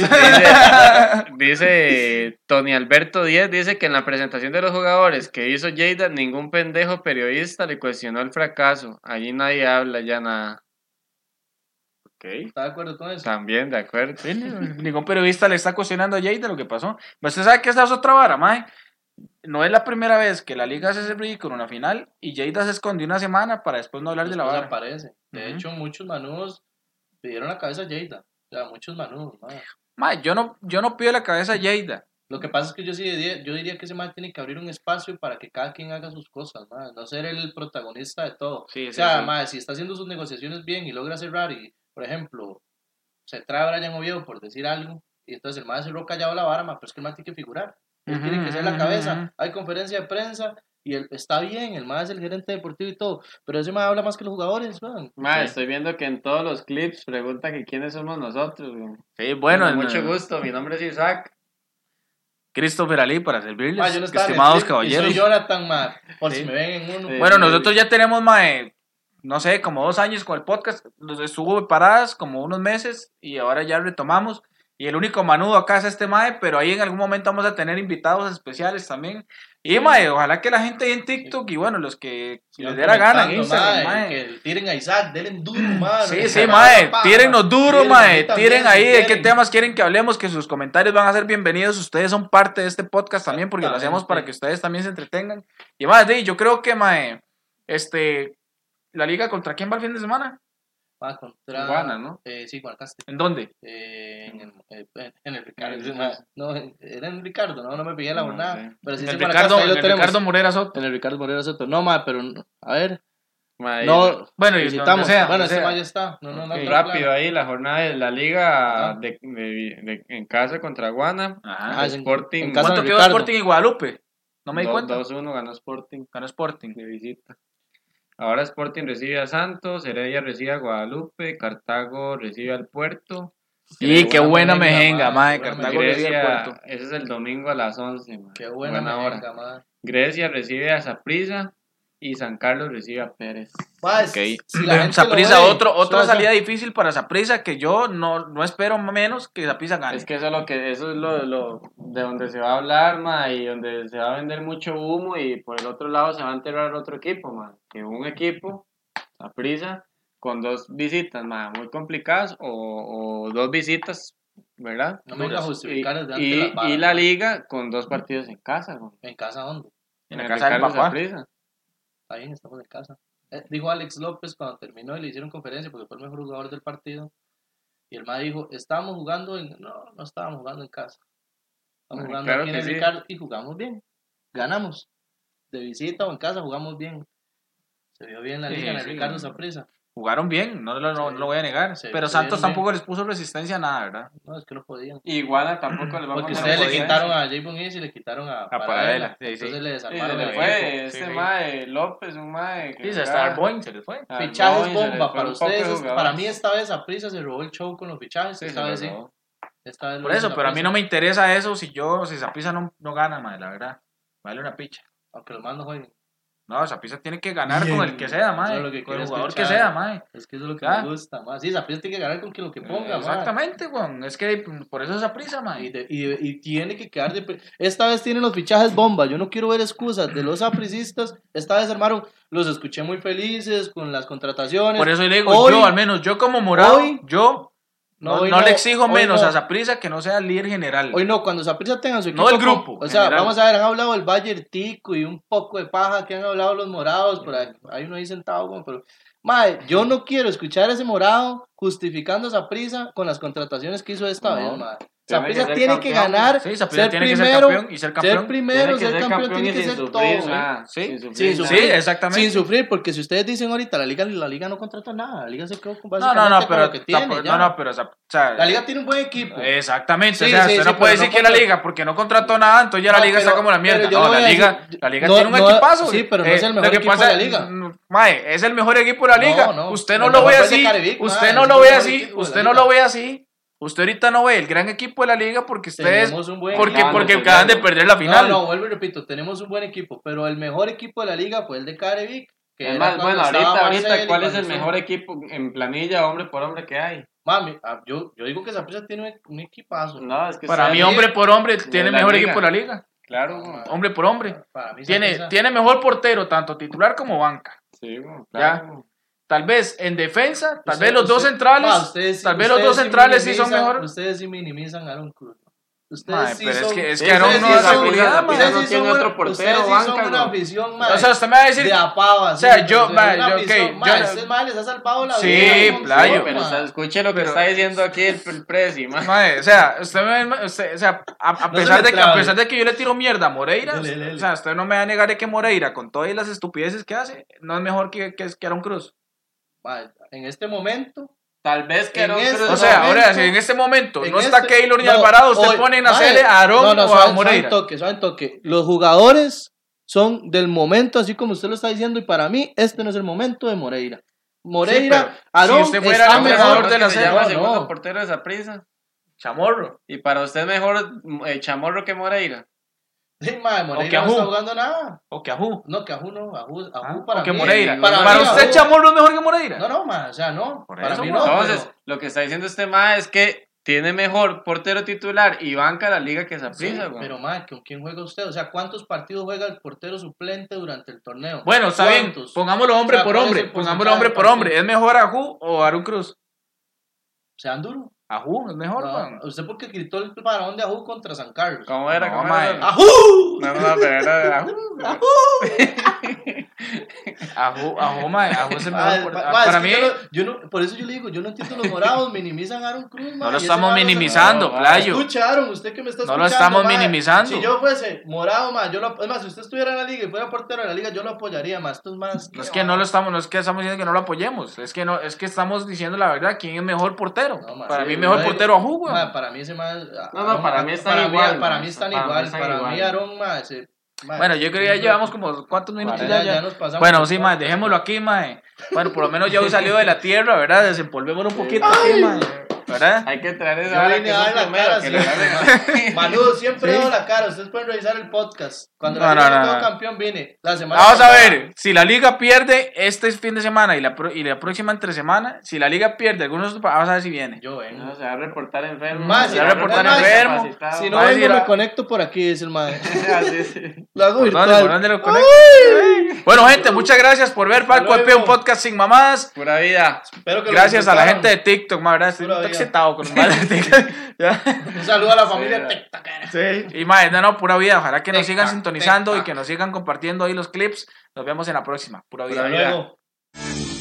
Dice Tony Alberto 10, dice que en la presentación de los jugadores que hizo Lleida, ningún pendejo periodista le cuestionó el fracaso. Allí nadie habla ya nada. ¿Está de acuerdo con eso? También, de acuerdo. Sí, ningún periodista le está cuestionando a Lleida lo que pasó. Pero usted sabe que esa es otra vara, mae. No es la primera vez que la liga hace ese ridículo en una final y Lleida se escondió una semana para después no hablar de la vara. Aparece. De hecho, muchos manudos pidieron la cabeza a Lleida. O sea, muchos manudos, madre. Mae, yo no pido la cabeza a Lleida. Lo que pasa es que yo diría que ese man tiene que abrir un espacio para que cada quien haga sus cosas, madre. No ser el protagonista de todo. Sí, o sea, madre, si está haciendo sus negociaciones bien y logra cerrar y, por ejemplo, se trae a Brian Oviedo por decir algo, y entonces el man cerró callado la vara, madre, pero es que el man tiene que figurar. Él tiene que ser la cabeza. Hay conferencia de prensa y él está bien, el man es el gerente deportivo y todo, pero ese man habla más que los jugadores, man. Ma, estoy viendo que en todos los clips pregunta que quiénes somos nosotros, güey. Sí, bueno. Con mucho gusto, mi nombre es Isaac. Christopher Ali para servirles, Ma, yo no estimados caballeros. Soy Jonathan, ma, por si me ven en uno. Bueno, nosotros ya tenemos, no sé, como 2 años con el podcast. Nos estuvo paradas como unos meses y ahora ya retomamos. Y el único manudo acá es este mae, pero ahí en algún momento vamos a tener invitados especiales también. Y mae, ojalá que la gente ahí en TikTok y bueno, los que les dé la gana en Instagram, mae. Que tiren a Isaac, denle duro, mae. Sí, mae, tírennos duro, mae. Tiren ahí de qué temas quieren que hablemos, que sus comentarios van a ser bienvenidos. Ustedes son parte de este podcast también, porque lo hacemos para que ustedes también se entretengan. Y mae, yo creo que, mae, la liga, ¿contra quién va el fin de semana? Va contra Guana, ¿no? Sí, Guanacaste. ¿En dónde? En el Ricardo. No, era en Ricardo, no me pillé la jornada. No, pero sí, en el Ricardo Morera Soto. En el Ricardo Morera Soto. No, ma, pero a ver. Ma, no, bueno, visitamos. Bueno, ese ma ya está. No, rápido ahí, la jornada de la liga en casa contra Guana. Sporting. ¿Cuánto quedó Sporting y Guadalupe? No me di cuenta. 2-1 ganó Sporting. Ganó Sporting. De visita. Ahora Sporting recibe a Santos, Heredia recibe a Guadalupe, Cartago recibe al Puerto. Sí, qué buena mejenga, mae. Cartago recibe al Puerto. Ese es el domingo a las 11, mae. Qué buena mejenga, mae. Grecia recibe a Saprissa y San Carlos recibe a Pérez. Okay. Saprissa, otra salida difícil para Saprissa, que yo no espero menos que Saprissa gane. Es que eso es lo de donde se va a hablar, ma, y donde se va a vender mucho humo, y por el otro lado se va a enterrar otro equipo, ma, que un equipo, Saprissa, con 2 visitas, ma, muy complicadas, o 2 visitas, ¿verdad? No me voy a justificar y la liga con 2 partidos en casa, ma. ¿En casa dónde? En la casa del papá. Saprissa. Ahí estamos en casa. Dijo Alex López cuando terminó y le hicieron conferencia porque fue el mejor jugador del partido. Y el ma dijo, estábamos jugando no estábamos jugando en casa. Estábamos jugando aquí en el Ricardo y jugamos bien. Ganamos. De visita o en casa jugamos bien. Se vio bien la liga en el Ricardo Saprissa. Jugaron bien, no lo voy a negar. Pero Santos tampoco les puso resistencia a nada, ¿verdad? No, es que no podían. Iguana tampoco les va a poner. Porque ustedes le quitaron a Javon East y le quitaron a Paradela. Entonces le se desarmaron. le fue mae López, un mae. Sí, se está Arboin, se le fue. Fichajes bomba para ustedes. Para mí esta vez Saprissa se robó el show con los fichajes. Esta vez sí. Por eso, pero a mí no me interesa eso si Saprissa no gana, mae, la verdad. Vale una picha. Aunque los más no jueguen. No, Saprissa tiene que ganar con el que sea, mae. Con el jugador que sea, mae. Es que eso es lo que me gusta, mae. Sí, Saprissa tiene que ganar con lo que ponga, mae. Exactamente, weón. Es que por eso es Saprissa, mae. Y tiene que quedar de... Esta vez tienen los fichajes bomba. Yo no quiero ver excusas de los sapricistas. Esta vez armaron... Los escuché muy felices con las contrataciones. Por eso le digo, al menos yo como morado, no le exijo menos a Saprissa que no sea el líder general. Hoy no, cuando Saprissa tenga su equipo. No el grupo. O sea, general. Vamos a ver, han hablado del Bayer Tico y un poco de paja que han hablado los morados. Por ahí, hay uno ahí sentado como, pero... Mae, yo no quiero escuchar a ese morado justificando a Saprissa con las contrataciones que hizo esta vez, mae. Saprissa tiene que ganar, ser primero, y ser campeón. Ser primero, ser campeón, tiene que ser todo. Sin sufrir, exactamente. Sin sufrir, porque si ustedes dicen ahorita, la liga no contrata nada, la liga se quedó con básicamente con lo que tiene. Pero o sea, la liga tiene un buen equipo. Exactamente, o sea, usted no puede decir que la liga, porque no contrató nada, entonces ya la liga está como la mierda. No, la liga tiene un equipazo. Sí, pero no es el mejor equipo de la liga. Mae, es el mejor equipo de la liga. Usted no lo ve así, usted no lo ve así. Usted ahorita no ve el gran equipo de la liga porque ustedes porque acaban de perder la final. No, vuelvo y repito, tenemos un buen equipo, pero el mejor equipo de la liga fue el de Carevic. Además, bueno, ahorita ¿cuál es el mejor equipo en planilla hombre por hombre que hay? Mami, yo digo que Saprissa tiene un equipazo. No, es que para mí hombre por hombre tiene el mejor equipo de la liga. Claro, hombre por hombre. Para mí tiene mejor portero, tanto titular como banca. Sí, claro. Ya. Tal vez en defensa, tal vez los dos centrales sí son mejores. Ustedes sí minimizan a Aaron Cruz. Ustedes sí pero son... es que Aaron no da seguridad, Pisa no tiene otro portero, banca, son una afición, o sea, usted me va a decir... de apava, o sea, yo, este mal les ha salvado la vida. Sí, playo. Pero escuche lo que está diciendo aquí el Prezi, man. O sea, a pesar de que yo le tiro mierda a Moreira, o sea, usted no me va a negar que Moreira, con todas las estupideces que hace, no es mejor que Aaron Cruz. En este momento... Tal vez que Aaron Cruz... O sea, ahora, si en este momento no está Keylor ni Alvarado, usted ponen a hacerle a Aaron o a Moreira. Suave toque. Los jugadores son del momento, así como usted lo está diciendo, y para mí, este no es el momento de Moreira. Moreira, Aaron, si usted fuera el mejor de la serie. Se llama segundo portero de Saprissa. Chamorro. ¿Y para usted mejor Chamorro que Moreira? Sí, Moreira no está jugando nada. O que Ajú. No, que Ajú no. Ajú para mí. Moreira. Para usted, Chamorro es mejor que Moreira. No, o sea, no. Para mí no. Entonces, lo que está diciendo este ma es que tiene mejor portero titular y banca la liga que Saprissa, güey. Pero, ¿con quién juega usted? O sea, ¿cuántos partidos juega el portero suplente durante el torneo? Bueno, está bien. Pongámoslo hombre por hombre. ¿Es mejor Ajú o Aaron Cruz? Sean duros. Ajú, es mejor, man. ¿Usted por qué gritó el parón de Ajú contra San Carlos? ¿Cómo era? ¡Ajú! No, pero era de Ajú. Ajú es el mejor. Para mí... por eso yo le digo, yo no entiendo los morados, minimizan a Aaron Cruz, man. No lo estamos minimizando, playo. Escucharon, usted que me está escuchando. No lo estamos minimizando. Si yo fuese morado, man, es más, si usted estuviera en la liga y fuera portero de la liga, yo lo apoyaría, más. Esto es más... No es que estamos diciendo que no lo apoyemos, es que estamos diciendo la verdad, ¿quién es mejor portero? Para mí mejor portero Ajú, güey. Para mí ese más... para mí están igual. Para mí están igual. Para mí Aaron, bueno, yo creo que ya llevamos como ¿cuántos minutos ya nos pasamos? Bueno, sí, mae, dejémoslo aquí, mae. Bueno, por lo menos ya hoy salió de la tierra, ¿verdad? Desempolvémoslo un poquito aquí, mae. ¿Verdad? Hay que traer esa hora que a dar la cara. Manudo, siempre doy la cara. Ustedes pueden revisar el podcast. Cuando la liga campeón vine. La semana Vamos a ver, si la liga pierde este fin de semana y la próxima entre semana, si la liga pierde algunos, vamos a ver si viene. Yo vengo. No, se va a reportar enfermo. Se va a reportar enfermo. Si no vengo, me conecto por aquí, dice el madre. Lo hago virtual. ¿Por dónde lo conecto? Bueno, gente, muchas gracias por ver Palco EP, un podcast sin mamadas. Pura vida. Gracias a la gente de TikTok, ¿verdad? Estoy excitado con un madre de TikTok. Un saludo a la familia TikTokera. Sí. Y madre, pura vida. Ojalá que nos sigan sintonizando y que nos sigan compartiendo ahí los clips. Nos vemos en la próxima. Pura vida. Hasta luego.